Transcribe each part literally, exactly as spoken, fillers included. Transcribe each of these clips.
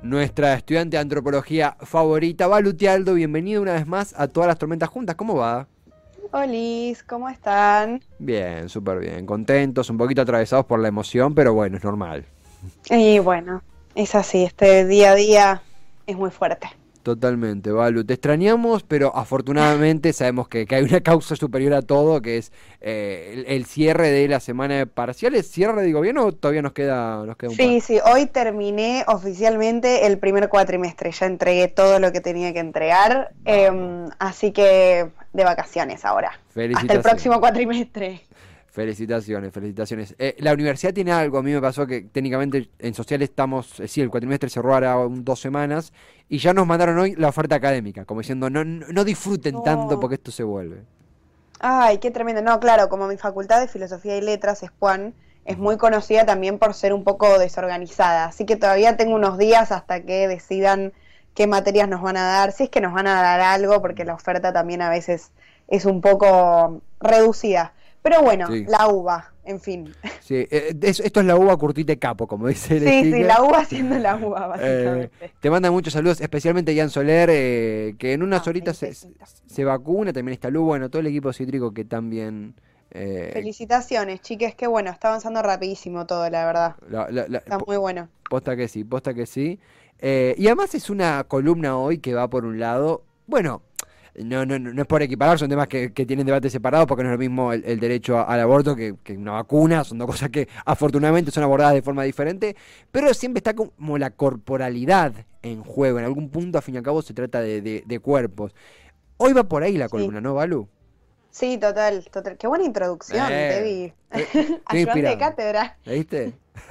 nuestra estudiante de antropología favorita, Balu Tialdo. Bienvenido una vez más a Todas las Tormentas Juntas. ¿Cómo va? Olis, ¿cómo están? Bien, súper bien. Contentos, un poquito atravesados por la emoción, pero bueno, es normal. Y bueno, es así, este día a día es muy fuerte. Totalmente, Balu. Te extrañamos, pero afortunadamente sabemos que, que hay una causa superior a todo, que es eh, el, el cierre de la semana de parciales. ¿Cierre de gobierno o todavía nos queda, nos queda un par? Sí, sí, hoy terminé oficialmente el primer cuatrimestre, ya entregué todo lo que tenía que entregar, eh, así que de vacaciones ahora, hasta el próximo cuatrimestre. Felicitaciones, felicitaciones. Eh, la universidad tiene algo, a mí me pasó que técnicamente en sociales estamos, eh, sí, el cuatrimestre cerró ahora un, dos semanas y ya nos mandaron hoy la oferta académica, como diciendo, no, no, no disfruten No. tanto porque esto se vuelve. Ay, qué tremendo. No, claro, como mi facultad de Filosofía y Letras, SPUAN, es muy conocida también por ser un poco desorganizada, así que todavía tengo unos días hasta que decidan qué materias nos van a dar, si es que nos van a dar algo, porque la oferta también a veces es un poco reducida. Pero bueno, Sí. la uva, en fin. Sí, eh, es- esto es la uva curtite capo, como dice el Sí, sí, sticker. la uva siendo la uva, Eh, básicamente. te mandan muchos saludos, especialmente Ian Soler, eh, que en unas Ay, horitas se, besito. se vacuna, también está Lu, bueno, todo el equipo cítrico que también... eh, Felicitaciones, chiques, qué bueno, está avanzando rapidísimo todo, la verdad. la- la- la- Está po- muy bueno. posta que sí, posta que sí. Eh, y además es una columna hoy que va por un lado, bueno, no, no, no no es por equiparar, son temas que, que tienen debate separado porque no es lo mismo el, el derecho a- al aborto que, que una vacuna, son dos cosas que afortunadamente son abordadas de forma diferente, pero siempre está como la corporalidad en juego, en algún punto, a fin y al cabo, se trata de, de- de cuerpos. Hoy va por ahí la Sí, columna, ¿no, Balu? sí, total, total. Qué buena introducción, te Eh, vi. estoy, estoy Ayudante de inspirado, cátedra. ¿viste?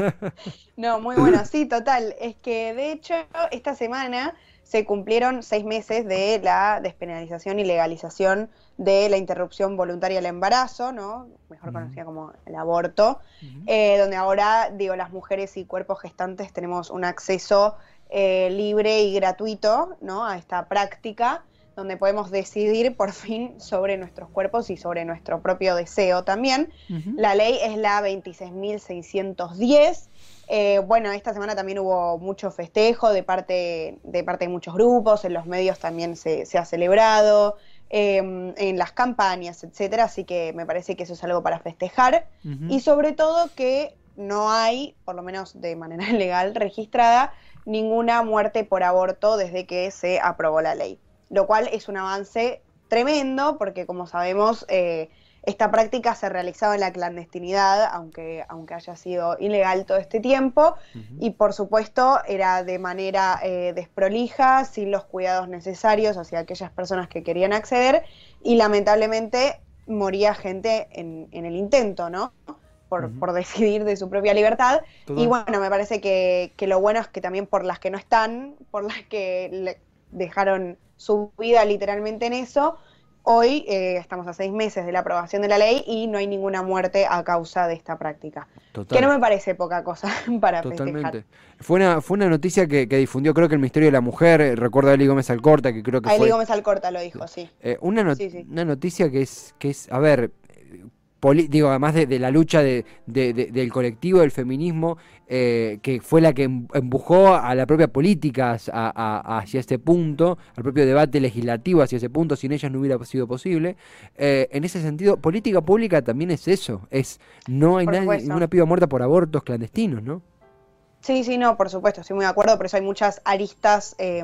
No, muy bueno, sí, total. Es que de hecho esta semana se cumplieron seis meses de la despenalización y legalización de la interrupción voluntaria del embarazo, ¿no? Mejor Ujú, conocida como el aborto, ujú. eh, donde ahora, digo, las mujeres y cuerpos gestantes tenemos un acceso eh, libre y gratuito, ¿no? A esta práctica, donde podemos decidir por fin sobre nuestros cuerpos y sobre nuestro propio deseo también. Ujú. La ley es la veintiséis mil seiscientos diez. Eh, bueno, esta semana también hubo mucho festejo de parte de, parte de muchos grupos, en los medios también se, se ha celebrado, eh, en las campañas, etcétera, así que me parece que eso es algo para festejar. Ujú. Y sobre todo que no hay, por lo menos de manera legal registrada, ninguna muerte por aborto desde que se aprobó la ley, lo cual es un avance tremendo porque, como sabemos, eh, esta práctica se realizaba en la clandestinidad, aunque, aunque haya sido ilegal todo este tiempo, Ujú. y por supuesto era de manera eh, desprolija, sin los cuidados necesarios hacia aquellas personas que querían acceder, y lamentablemente moría gente en, en el intento, ¿no? Por, Ujú. por decidir de su propia libertad. Y Total. bueno, me parece que, que lo bueno es que también por las que no están, por las que le dejaron su vida literalmente en eso, hoy eh, estamos a seis meses de la aprobación de la ley y no hay ninguna muerte a causa de esta práctica. Que no Total. me parece poca cosa para festejar. Totalmente. Fue una, fue una noticia que, que difundió, creo que el Ministerio de la Mujer, eh, recuerda a Eli Gómez Alcorta, que creo que A Eli fue Gómez Alcorta lo dijo, sí. eh, una, no- Sí, sí. una noticia que es, que es, a ver, eh, poli- digo, además de, de la lucha de, de- de- del colectivo, del feminismo, eh, que fue la que em- empujó a la propia política a- a- hacia este punto, al propio debate legislativo hacia ese punto, sin ellas no hubiera sido posible. Eh, en ese sentido, política pública también es eso, es no hay Por nadie, supuesto. ninguna piba muerta por abortos clandestinos, ¿no? Sí, sí, no, por supuesto, estoy muy de acuerdo, por eso hay muchas aristas eh,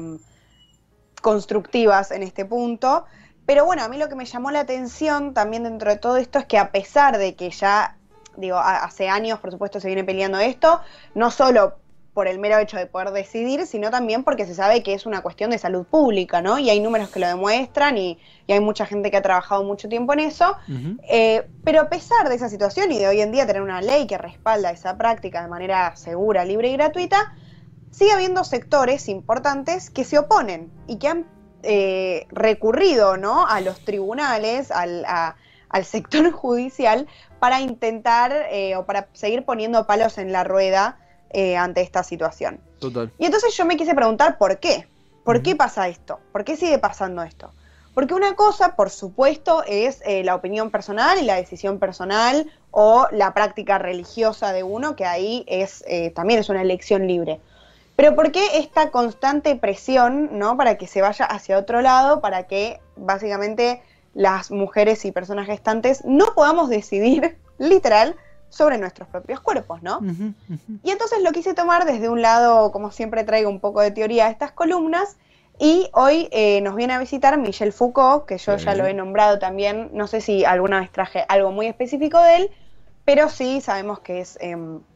constructivas en este punto. Pero bueno, a mí lo que me llamó la atención también dentro de todo esto es que, a pesar de que ya, digo, a- hace años, por supuesto, se viene peleando esto, no solo por el mero hecho de poder decidir, sino también porque se sabe que es una cuestión de salud pública, ¿no? Y hay números que lo demuestran y, y hay mucha gente que ha trabajado mucho tiempo en eso. Ujú. Eh, pero a pesar de esa situación y de hoy en día tener una ley que respalda esa práctica de manera segura, libre y gratuita, sigue habiendo sectores importantes que se oponen y que han eh, recurrido, ¿no?, a los tribunales, al, a- al sector judicial, para intentar eh, o para seguir poniendo palos en la rueda eh, ante esta situación. Total. Y entonces yo me quise preguntar por qué. ¿Por Ujú. qué pasa esto? ¿Por qué sigue pasando esto? Porque una cosa, por supuesto, es eh, la opinión personal y la decisión personal o la práctica religiosa de uno, que ahí es eh, también es una elección libre. Pero ¿por qué esta constante presión, ¿no? Para que se vaya hacia otro lado, para que básicamente las mujeres y personas gestantes no podamos decidir, literal, sobre nuestros propios cuerpos, ¿no? Ujú, ujú. Y entonces lo quise tomar desde un lado, como siempre traigo un poco de teoría a estas columnas, y hoy eh, nos viene a visitar Michel Foucault, que yo Sí. ya lo he nombrado también, no sé si alguna vez traje algo muy específico de él, pero sí sabemos que es eh,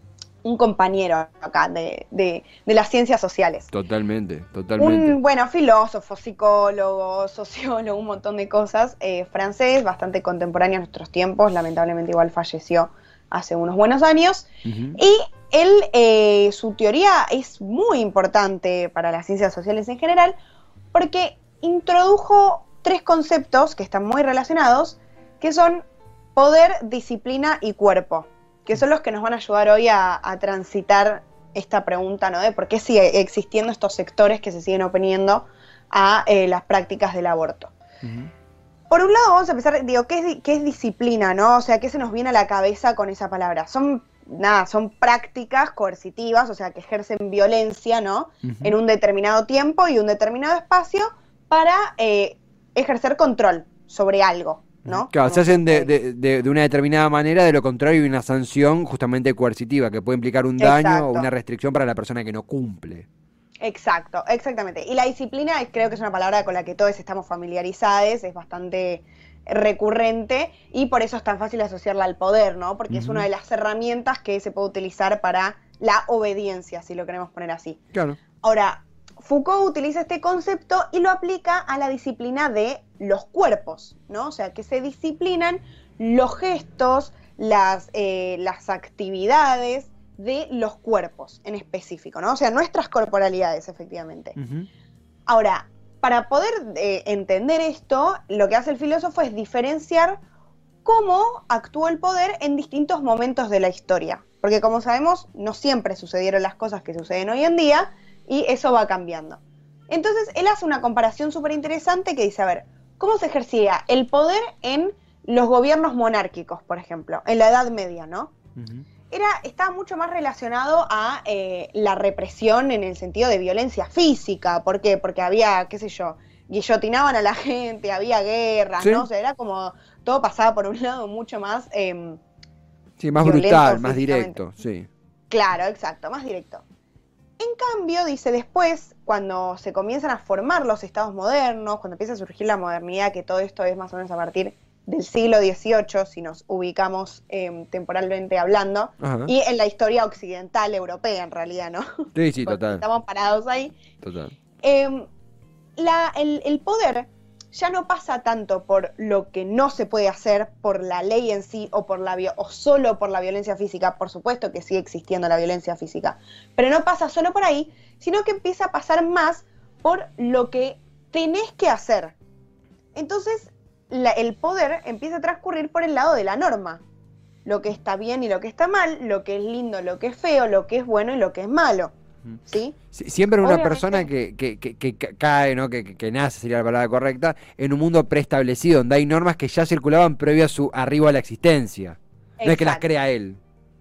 un compañero acá de, de, de las ciencias sociales. Totalmente, totalmente. Un, bueno, filósofo, psicólogo, sociólogo, un montón de cosas, eh, francés, bastante contemporáneo a nuestros tiempos, lamentablemente igual falleció hace unos buenos años, Ujú. y él, eh, su teoría es muy importante para las ciencias sociales en general, porque introdujo tres conceptos que están muy relacionados, que son poder, disciplina y cuerpo, que son los que nos van a ayudar hoy a, a transitar esta pregunta, ¿no? De por qué sigue existiendo estos sectores que se siguen oponiendo a eh, las prácticas del aborto. Ujú. Por un lado vamos a empezar, digo, ¿qué es, qué es disciplina, no? O sea, ¿qué se nos viene a la cabeza con esa palabra? Son, nada, son prácticas coercitivas, o sea, que ejercen violencia, ¿no? Ujú. En un determinado tiempo y un determinado espacio para eh, ejercer control sobre algo, ¿no? Claro, Como se hacen de, se- de, de, de una determinada manera, de lo contrario hay una sanción justamente coercitiva, que puede implicar un daño o Exacto. una restricción para la persona que no cumple. Exacto, exactamente. Y la disciplina es- creo que es una palabra con la que todos estamos familiarizados, es bastante recurrente y por eso es tan fácil asociarla al poder, ¿no? Porque es Ujú. una de las herramientas que se puede utilizar para la obediencia, si lo queremos poner así. Claro. Ahora, Foucault utiliza este concepto y lo aplica a la disciplina de los cuerpos, ¿no? O sea, que se disciplinan los gestos, las, eh, las actividades de los cuerpos en específico, ¿no? O sea, nuestras corporalidades, efectivamente. Ujú. Ahora, para poder eh, entender esto, lo que hace el filósofo es diferenciar cómo actuó el poder en distintos momentos de la historia. Porque como sabemos, no siempre sucedieron las cosas que suceden hoy en día y eso va cambiando. Entonces, él hace una comparación súper interesante que dice, a ver, ¿cómo se ejercía el poder en los gobiernos monárquicos, por ejemplo, en la Edad Media, ¿no? Ujú. Era, estaba mucho más relacionado a eh, la represión en el sentido de violencia física. ¿Por qué? Porque había, qué sé yo, guillotinaban a la gente, había guerras, Sí. ¿no? O sea, era como, todo pasaba por un lado mucho más eh, Sí, más violento brutal, más físicamente. directo, sí. Claro, exacto, más directo. En cambio, dice después, cuando se comienzan a formar los estados modernos, cuando empieza a surgir la modernidad, que todo esto es más o menos a partir del siglo dieciocho, si nos ubicamos eh, temporalmente hablando, Ajá. y en la historia occidental europea en realidad, ¿no? Sí, sí, Porque total, estamos parados ahí. total. Eh, la, el, el poder ya no pasa tanto por lo que no se puede hacer, por la ley en sí o, por la vi- o solo por la violencia física. Por supuesto que sigue existiendo la violencia física, pero no pasa solo por ahí, sino que empieza a pasar más por lo que tenés que hacer. Entonces, la, el poder empieza a transcurrir por el lado de la norma. Lo que está bien y lo que está mal, lo que es lindo, lo que es feo, lo que es bueno y lo que es malo. ¿Sí? Sí, siempre una Obviamente. persona que, que, que, que ca- cae, ¿no? Que, que, que nace, sería la palabra correcta, en un mundo preestablecido, donde hay normas que ya circulaban previo a su arribo a la existencia. No es que las Exacto. crea él.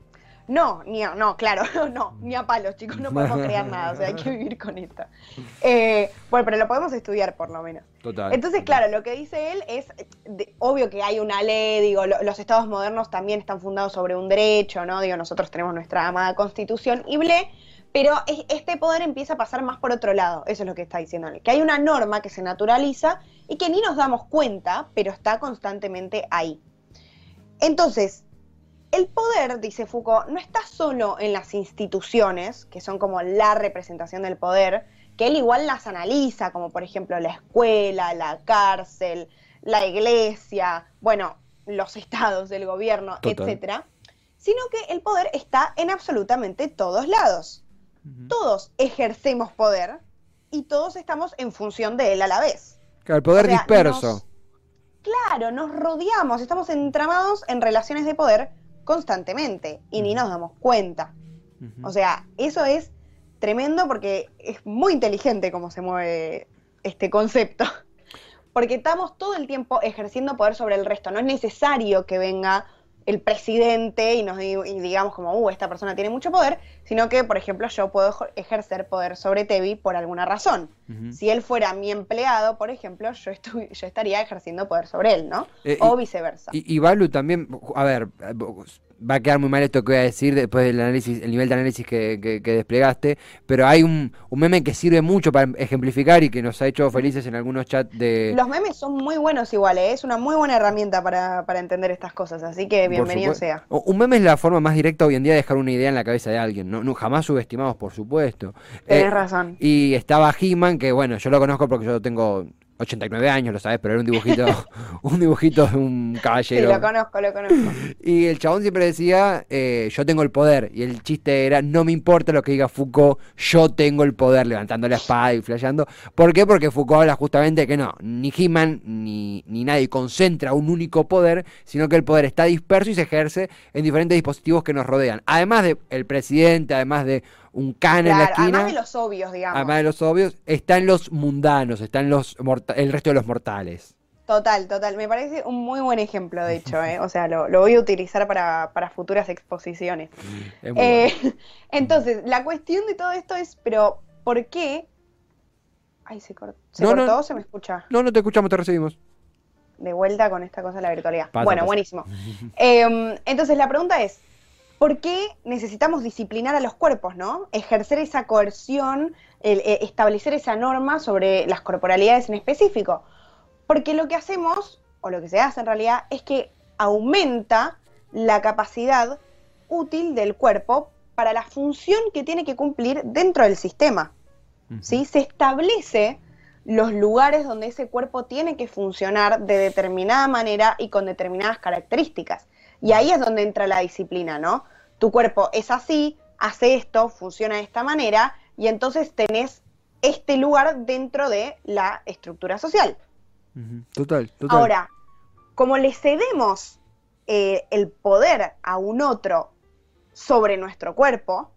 No, ni a, no, claro, no, ni a palos, chicos, no podemos crear nada, o sea, hay que vivir con esto. Eh, bueno, pero lo podemos estudiar por lo menos. Total. Entonces, claro, lo que dice él es, de, obvio que hay una ley, digo, lo, los estados modernos también están fundados sobre un derecho, ¿no? Digo, nosotros tenemos nuestra amada constitución y ble, pero es, este poder empieza a pasar más por otro lado, eso es lo que está diciendo él, que hay una norma que se naturaliza y que ni nos damos cuenta, pero está constantemente ahí. Entonces, el poder, dice Foucault, no está solo en las instituciones, que son como la representación del poder, que él igual las analiza, como por ejemplo la escuela, la cárcel, la iglesia, bueno, los estados, el gobierno, Total. etcétera, sino que el poder está en absolutamente todos lados. Ujú. Todos ejercemos poder y todos estamos en función de él a la vez. Claro, el poder O sea, disperso. nos- claro, nos rodeamos, estamos entramados en relaciones de poder constantemente y ni nos damos cuenta. Ujú. O sea, eso es tremendo porque es muy inteligente cómo se mueve este concepto. Porque estamos todo el tiempo ejerciendo poder sobre el resto. No es necesario que venga el presidente y nos diga, y digamos como, uh, esta persona tiene mucho poder, sino que, por ejemplo, yo puedo ejercer poder sobre Tevi por alguna razón. Uh-huh. Si él fuera mi empleado, por ejemplo, yo, estu- yo estaría ejerciendo poder sobre él, ¿no? Eh, o y, viceversa. Y, y Balu también, a ver, va a quedar muy mal esto que voy a decir después del análisis, el nivel de análisis que, que, que desplegaste, pero hay un, un meme que sirve mucho para ejemplificar y que nos ha hecho felices en algunos chats de... Los memes son muy buenos igual, ¿eh? Es una muy buena herramienta para, para entender estas cosas, así que bienvenido sea. Un meme es la forma más directa hoy en día de dejar una idea en la cabeza de alguien, no, no jamás subestimados, por supuesto. Tenés eh, razón. Y estaba He-Man, que bueno, yo lo conozco porque yo tengo ochenta y nueve años, lo sabes, pero era un dibujito, un dibujito de un caballero. Sí, lo conozco, lo conozco. Y el chabón siempre decía, eh, yo tengo el poder, y el chiste era, no me importa lo que diga Foucault, yo tengo el poder, levantando la espada y flasheando. ¿Por qué? Porque Foucault habla justamente de que no, ni He-Man ni, ni nadie concentra un único poder, sino que el poder está disperso y se ejerce en diferentes dispositivos que nos rodean. Además de el presidente, además de un can claro, en la esquina. Además de los obvios, digamos. Además de los obvios, están los mundanos, están los el resto de los mortales. Total, total. Me parece un muy buen ejemplo, de hecho. ¿eh? O sea, lo, lo voy a utilizar para, para futuras exposiciones. Es muy eh, bueno. Entonces, la cuestión de todo esto es, pero, ¿por qué? Ay, se, cort... ¿Se no, cortó no, o se me escucha? No, no te escuchamos, te recibimos. De vuelta con esta cosa de la virtualidad. Pasa, bueno, pasa. Buenísimo. eh, entonces, la pregunta es, ¿por qué necesitamos disciplinar a los cuerpos, no? Ejercer esa coerción, el, el establecer esa norma sobre las corporalidades en específico. Porque lo que hacemos, o lo que se hace en realidad, es que aumenta la capacidad útil del cuerpo para la función que tiene que cumplir dentro del sistema. Uh-huh. ¿Sí? Se establece los lugares donde ese cuerpo tiene que funcionar de determinada manera y con determinadas características. Y ahí es donde entra la disciplina, ¿no? Tu cuerpo es así, hace esto, funciona de esta manera, y entonces tenés este lugar dentro de la estructura social. Total, total. Ahora, como le cedemos eh, el poder a un otro sobre nuestro cuerpo,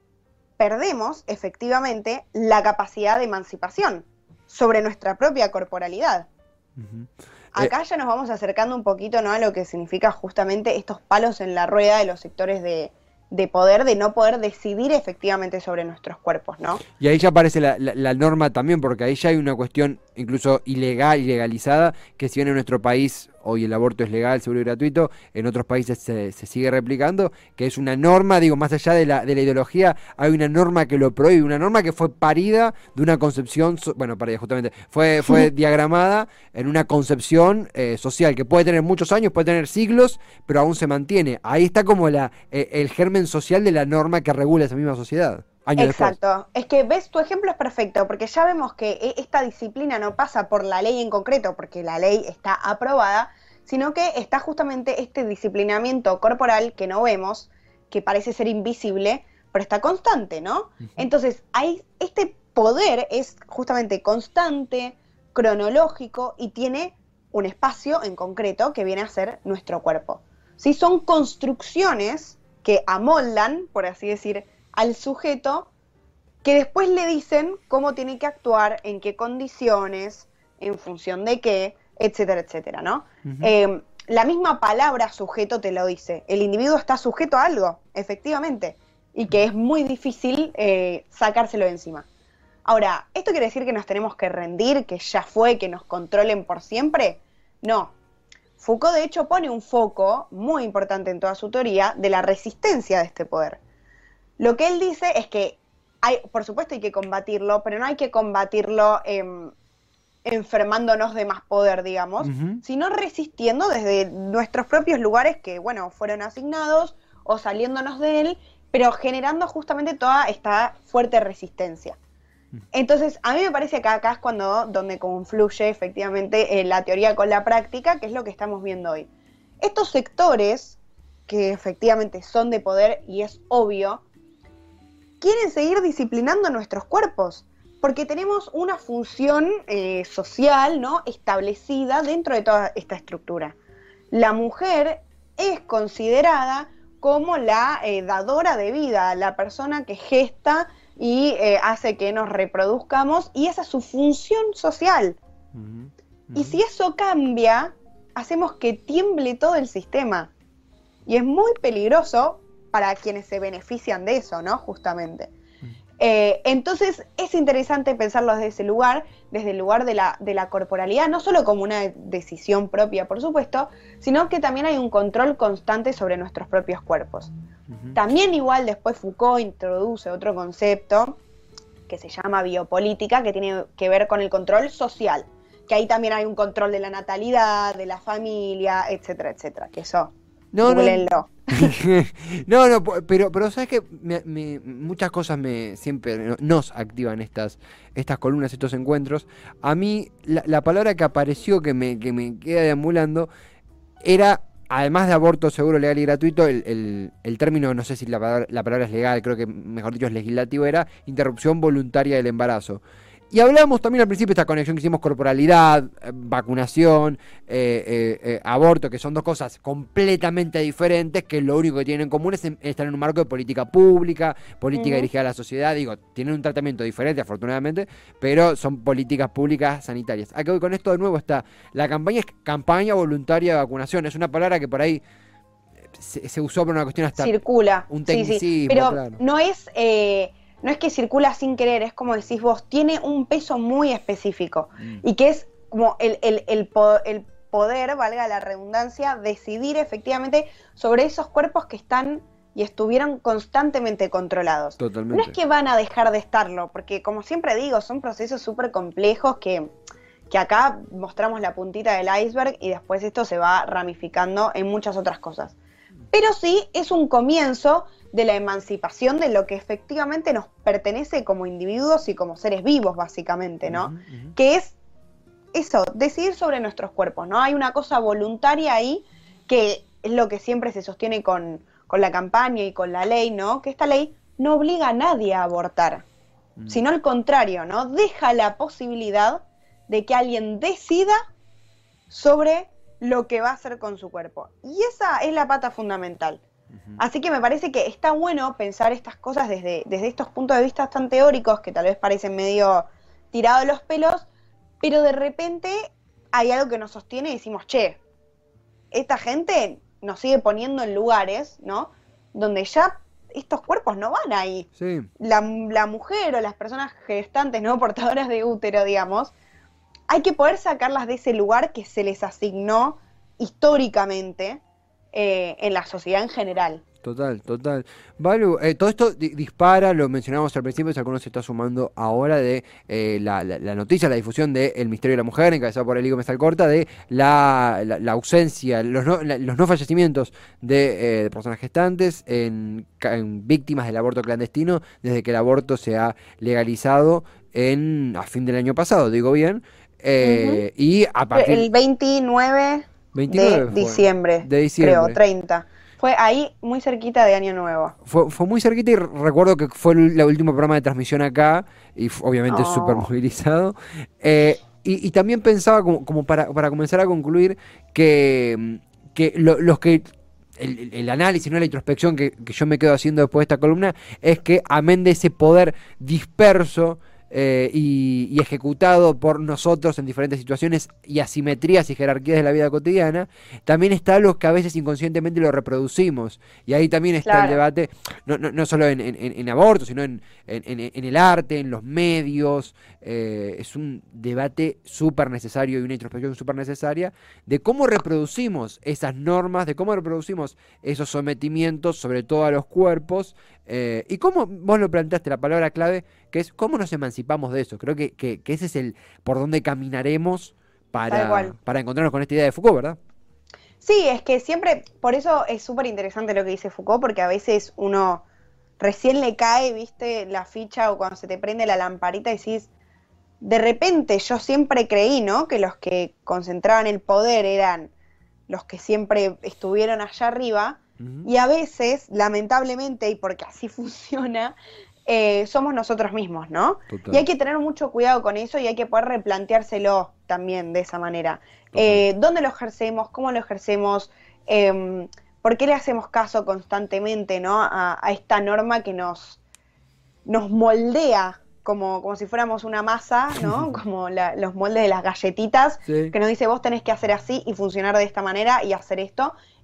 perdemos efectivamente la capacidad de emancipación sobre nuestra propia corporalidad. Uh-huh. Acá ya nos vamos acercando un poquito, ¿no?, a lo que significa justamente estos palos en la rueda de los sectores de, de poder, de no poder decidir efectivamente sobre nuestros cuerpos, ¿no? Y ahí ya aparece la, la, la norma también, porque ahí ya hay una cuestión incluso ilegal, ilegalizada, que si bien en nuestro país hoy el aborto es legal, seguro y gratuito, en otros países se, se sigue replicando, que es una norma, digo, más allá de la, de la ideología, hay una norma que lo prohíbe, una norma que fue parida de una concepción, so, bueno, parida justamente, fue, fue diagramada en una concepción eh, social, que puede tener muchos años, puede tener siglos, pero aún se mantiene. Ahí está como la eh, el germen social de la norma que regula esa misma sociedad. Exacto, después. Es que ves, tu ejemplo es perfecto, porque ya vemos que esta disciplina no pasa por la ley en concreto, porque la ley está aprobada, sino que está justamente este disciplinamiento corporal que no vemos, que parece ser invisible, pero está constante, ¿no? Uh-huh. Entonces, hay, este poder es justamente constante, cronológico, y tiene un espacio en concreto que viene a ser nuestro cuerpo. ¿Sí? Son construcciones que amoldan, por así decir, al sujeto, que después le dicen cómo tiene que actuar, en qué condiciones, en función de qué, etcétera, etcétera, ¿no? Uh-huh. Eh, la misma palabra sujeto te lo dice. El individuo está sujeto a algo, efectivamente, y que es muy difícil eh, sacárselo de encima. Ahora, ¿esto quiere decir que nos tenemos que rendir, que ya fue, que nos controlen por siempre? No. Foucault, de hecho, pone un foco muy importante en toda su teoría de la resistencia de este poder. Lo que él dice es que, hay, por supuesto hay que combatirlo, pero no hay que combatirlo eh, enfermándonos de más poder, digamos, uh-huh. sino resistiendo desde nuestros propios lugares que, bueno, fueron asignados o saliéndonos de él, pero generando justamente toda esta fuerte resistencia. Uh-huh. Entonces, a mí me parece que acá es cuando donde confluye efectivamente eh, la teoría con la práctica, que es lo que estamos viendo hoy. Estos sectores, que efectivamente son de poder y es obvio, quieren seguir disciplinando nuestros cuerpos, porque tenemos una función eh, social, ¿no?, establecida dentro de toda esta estructura. La mujer es considerada como la eh, dadora de vida, la persona que gesta y eh, hace que nos reproduzcamos, y esa es su función social. Uh-huh. Uh-huh. Y si eso cambia, hacemos que tiemble todo el sistema. Y es muy peligroso para quienes se benefician de eso, ¿no? Justamente. Eh, entonces es interesante pensarlo desde ese lugar, desde el lugar de la, de la corporalidad, no solo como una decisión propia, por supuesto, sino que también hay un control constante sobre nuestros propios cuerpos. Uh-huh. También igual después Foucault introduce otro concepto que se llama biopolítica, que tiene que ver con el control social, que ahí también hay un control de la natalidad, de la familia, etcétera, etcétera, que eso... No, no, no, no, pero, pero sabes que me, me, muchas cosas me siempre nos activan estas, estas columnas, estos encuentros. A mí la, la palabra que apareció que me, que me queda deambulando era, además de aborto seguro, legal y gratuito, el, el, el término, no sé si la palabra, la palabra es legal, creo que mejor dicho es legislativo, era interrupción voluntaria del embarazo. Y hablamos también al principio de esta conexión que hicimos, corporalidad, eh, vacunación, eh, eh, eh, aborto, que son dos cosas completamente diferentes, que lo único que tienen en común es en, estar en un marco de política pública, política uh-huh. dirigida a la sociedad. Digo, tienen un tratamiento diferente, afortunadamente, pero son políticas públicas sanitarias. Acá voy con esto de nuevo, está la campaña es campaña voluntaria de vacunación. Es una palabra que por ahí se, se usó por una cuestión hasta... Circula. Un tecnicismo, sí, sí. Pero claro. no es... Eh... No es que circula sin querer, es como decís vos, tiene un peso muy específico mm. y que es como el, el, el, po- el poder, valga la redundancia, decidir efectivamente sobre esos cuerpos que están y estuvieron constantemente controlados. Totalmente. No es que van a dejar de estarlo, porque como siempre digo, son procesos súper complejos que, que acá mostramos la puntita del iceberg y después esto se va ramificando en muchas otras cosas. Pero sí es un comienzo de la emancipación de lo que efectivamente nos pertenece como individuos y como seres vivos, básicamente, ¿no? Uh-huh, uh-huh. Que es eso, decidir sobre nuestros cuerpos, ¿no? Hay una cosa voluntaria ahí que es lo que siempre se sostiene con, con la campaña y con la ley, ¿no? Que esta ley no obliga a nadie a abortar, uh-huh. sino al contrario, ¿no? Deja la posibilidad de que alguien decida sobre lo que va a hacer con su cuerpo. Y esa es la pata fundamental. Uh-huh. Así que me parece que está bueno pensar estas cosas desde, desde estos puntos de vista tan teóricos que tal vez parecen medio tirados los pelos, pero de repente hay algo que nos sostiene y decimos, che, esta gente nos sigue poniendo en lugares, ¿no? Donde ya estos cuerpos no van ahí. Sí. La, la mujer o las personas gestantes, ¿no? Portadoras de útero, digamos, hay que poder sacarlas de ese lugar que se les asignó históricamente eh, en la sociedad en general. Total, total. Valu, eh, todo esto di- dispara, lo mencionamos al principio, si alguno se está sumando ahora, de eh, la, la, la noticia, la difusión de El Misterio de la Mujer, encabezado por Eligo Mezalcorta, de la, la, la ausencia, los no, la, los no fallecimientos de, eh, de personas gestantes en, en víctimas del aborto clandestino, desde que el aborto se ha legalizado en a fin del año pasado, digo bien, eh, uh-huh. y a partir... El veintinueve, veintinueve de diciembre, de diciembre, creo, treinta. Fue ahí muy cerquita de Año Nuevo. Fue, fue muy cerquita y recuerdo que fue el, el último programa de transmisión acá y f- obviamente oh. súper movilizado. Eh, y, y también pensaba, como, como para, para comenzar a concluir, que, que lo, los que... El, el análisis, no la introspección que, que yo me quedo haciendo después de esta columna, es que amén de ese poder disperso Eh, y, y ejecutado por nosotros en diferentes situaciones y asimetrías y jerarquías de la vida cotidiana, también está lo que a veces inconscientemente lo reproducimos, y ahí también está claro. el debate, no, no, no solo en, en, en aborto, sino en, en, en el arte, en los medios. Eh, es un debate súper necesario y una introspección súper necesaria de cómo reproducimos esas normas, de cómo reproducimos esos sometimientos, sobre todo a los cuerpos, eh, y cómo vos lo planteaste, la palabra clave, que es cómo nos emancipamos de eso. Creo que, que, que ese es el por donde caminaremos para, para encontrarnos con esta idea de Foucault, ¿verdad? Sí, es que siempre, por eso es súper interesante lo que dice Foucault, porque a veces uno recién le cae, viste, la ficha o cuando se te prende la lamparita y decís, de repente yo siempre creí, ¿no? Que los que concentraban el poder eran los que siempre estuvieron allá arriba, uh-huh. y a veces, lamentablemente, y porque así funciona, eh, somos nosotros mismos, ¿no? Total. Y hay que tener mucho cuidado con eso y hay que poder replanteárselo también de esa manera. Eh, ¿Dónde lo ejercemos? ¿Cómo lo ejercemos? Eh, ¿Por qué le hacemos caso constantemente, ¿no? a, a esta norma que nos, nos moldea como, como si fuéramos una masa, ¿no? Como la, los moldes de las galletitas, sí. que nos dice vos tenés que hacer así y funcionar de esta manera y hacer esto.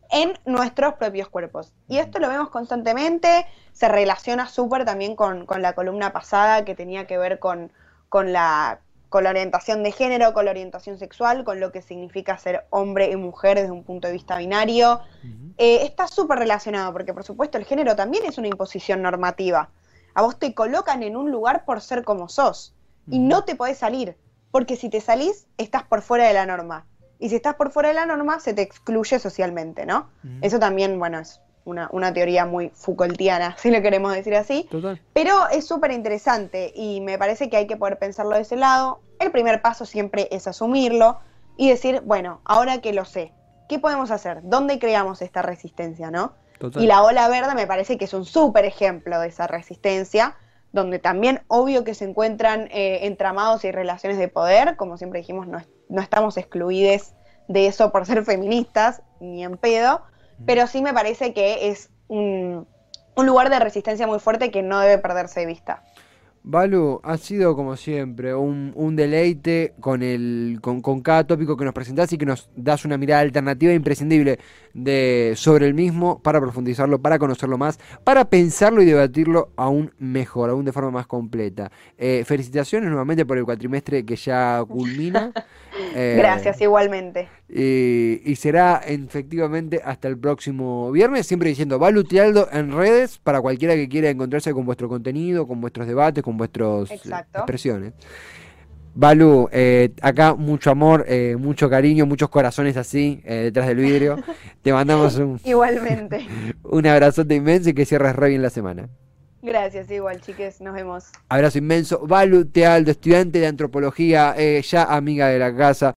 en nuestros propios cuerpos. Y esto lo vemos constantemente, se relaciona súper también con, con la columna pasada que tenía que ver con, con, la, con la orientación de género, con la orientación sexual, con lo que significa ser hombre y mujer desde un punto de vista binario. Uh-huh. Eh, está súper relacionado porque, por supuesto, el género también es una imposición normativa. A vos te colocan en un lugar por ser como sos uh-huh. y no te podés salir, porque si te salís, estás por fuera de la norma. Y si estás por fuera de la norma, se te excluye socialmente, ¿no? Uh-huh. Eso también, bueno, es una, una teoría muy Foucaultiana, si lo queremos decir así. Total. Pero es súper interesante y me parece que hay que poder pensarlo de ese lado. El primer paso siempre es asumirlo y decir, bueno, ahora que lo sé, ¿qué podemos hacer? ¿Dónde creamos esta resistencia, no? Total. Y la ola verde me parece que es un súper ejemplo de esa resistencia, donde también obvio que se encuentran eh, entramados y relaciones de poder, como siempre dijimos, no, no estamos excluidos de eso por ser feministas, ni en pedo, pero sí me parece que es un, un lugar de resistencia muy fuerte que no debe perderse de vista. Balu, ha sido como siempre un, un deleite con, el, con, con cada tópico que nos presentás y que nos das una mirada alternativa e imprescindible de, sobre el mismo para profundizarlo, para conocerlo más, para pensarlo y debatirlo aún mejor, aún de forma más completa. Eh, felicitaciones nuevamente por el cuatrimestre que ya culmina. Eh, Gracias, igualmente. Y, y será efectivamente hasta el próximo viernes, siempre diciendo Balu Tealdo en redes para cualquiera que quiera encontrarse con vuestro contenido, con vuestros debates, con vuestras eh, expresiones. Balu, eh, acá mucho amor, eh, mucho cariño, muchos corazones así eh, detrás del vidrio. Te mandamos un, igualmente. un abrazote inmenso y que cierres re bien la semana. Gracias, igual, chiques, nos vemos. Abrazo inmenso. Balu Tealdo, estudiante de antropología, eh, ya amiga de la casa,